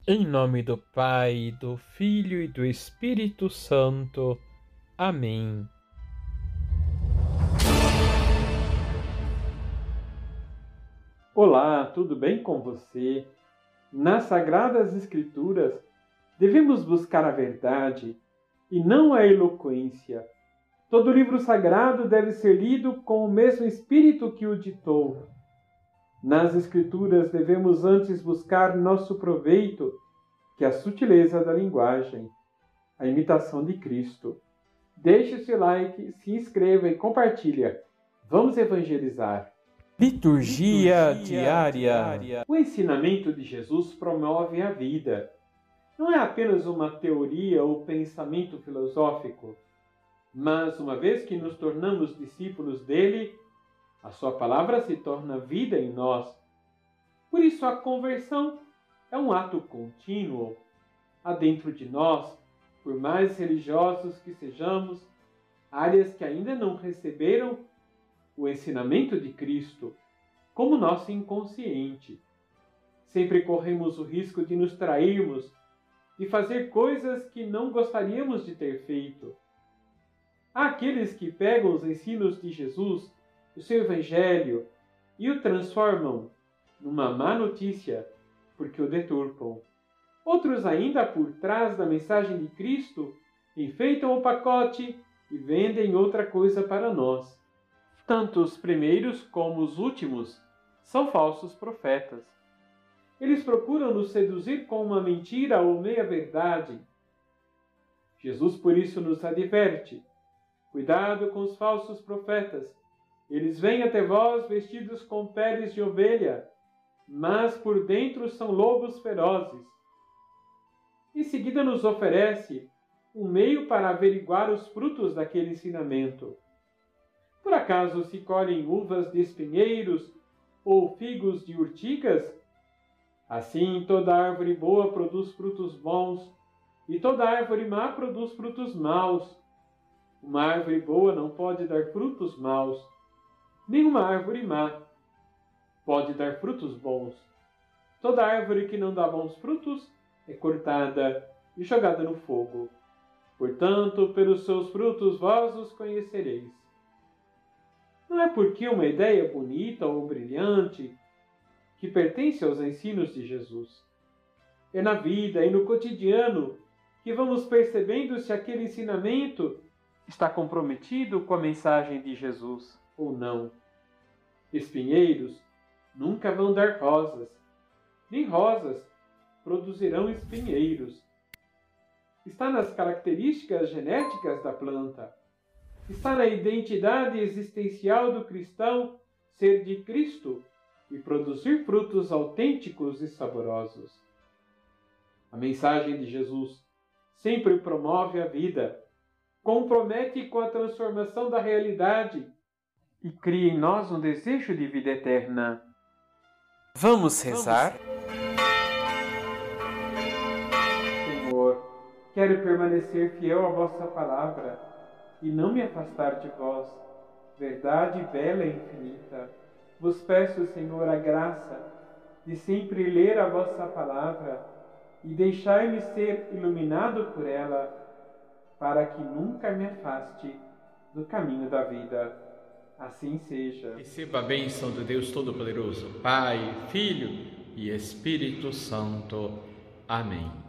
Em nome do Pai, do Filho e do Espírito Santo. Amém. Olá, tudo bem com você? Nas Sagradas Escrituras, devemos buscar a verdade e não a eloquência. Todo livro sagrado deve ser lido com o mesmo espírito que o ditou. Nas Escrituras devemos antes buscar nosso proveito, que é a sutileza da linguagem, a imitação de Cristo. Deixe o seu like, se inscreva e compartilha. Vamos evangelizar. Liturgia diária. O ensinamento de Jesus promove a vida. Não é apenas uma teoria ou pensamento filosófico, mas uma vez que nos tornamos discípulos dele, a sua palavra se torna vida em nós. Por isso a conversão é um ato contínuo. Há dentro de nós, por mais religiosos que sejamos, áreas que ainda não receberam o ensinamento de Cristo, como nosso inconsciente. Sempre corremos o risco de nos trairmos, de fazer coisas que não gostaríamos de ter feito. Há aqueles que pegam os ensinos de Jesus, o seu Evangelho, e o transformam numa má notícia, porque o deturpam. Outros ainda, por trás da mensagem de Cristo, enfeitam o pacote e vendem outra coisa para nós. Tanto os primeiros como os últimos são falsos profetas. Eles procuram nos seduzir com uma mentira ou meia-verdade. Jesus, por isso, nos adverte: cuidado com os falsos profetas. Eles vêm até vós vestidos com peles de ovelha, mas por dentro são lobos ferozes. Em seguida nos oferece um meio para averiguar os frutos daquele ensinamento. Por acaso se colhem uvas de espinheiros ou figos de urticas? Assim toda árvore boa produz frutos bons, e toda árvore má produz frutos maus. Uma árvore boa não pode dar frutos maus, nenhuma árvore má pode dar frutos bons. Toda árvore que não dá bons frutos é cortada e jogada no fogo. Portanto, pelos seus frutos vós os conhecereis. Não é porque uma ideia bonita ou brilhante que pertence aos ensinos de Jesus. É na vida e no cotidiano que vamos percebendo se aquele ensinamento está comprometido com a mensagem de Jesus ou não. Espinheiros nunca vão dar rosas, nem rosas produzirão espinheiros. Está nas características genéticas da planta. Está na identidade existencial do cristão ser de Cristo e produzir frutos autênticos e saborosos. A mensagem de Jesus sempre promove a vida, compromete com a transformação da realidade e cria em nós um desejo de vida eterna. Vamos rezar? Senhor, quero permanecer fiel à vossa palavra e não me afastar de vós, verdade bela e infinita. Vos peço, Senhor, a graça de sempre ler a vossa palavra e deixar-me ser iluminado por ela, para que nunca me afaste do caminho da vida. Assim seja. Receba a bênção de Deus Todo-Poderoso, Pai, Filho e Espírito Santo. Amém.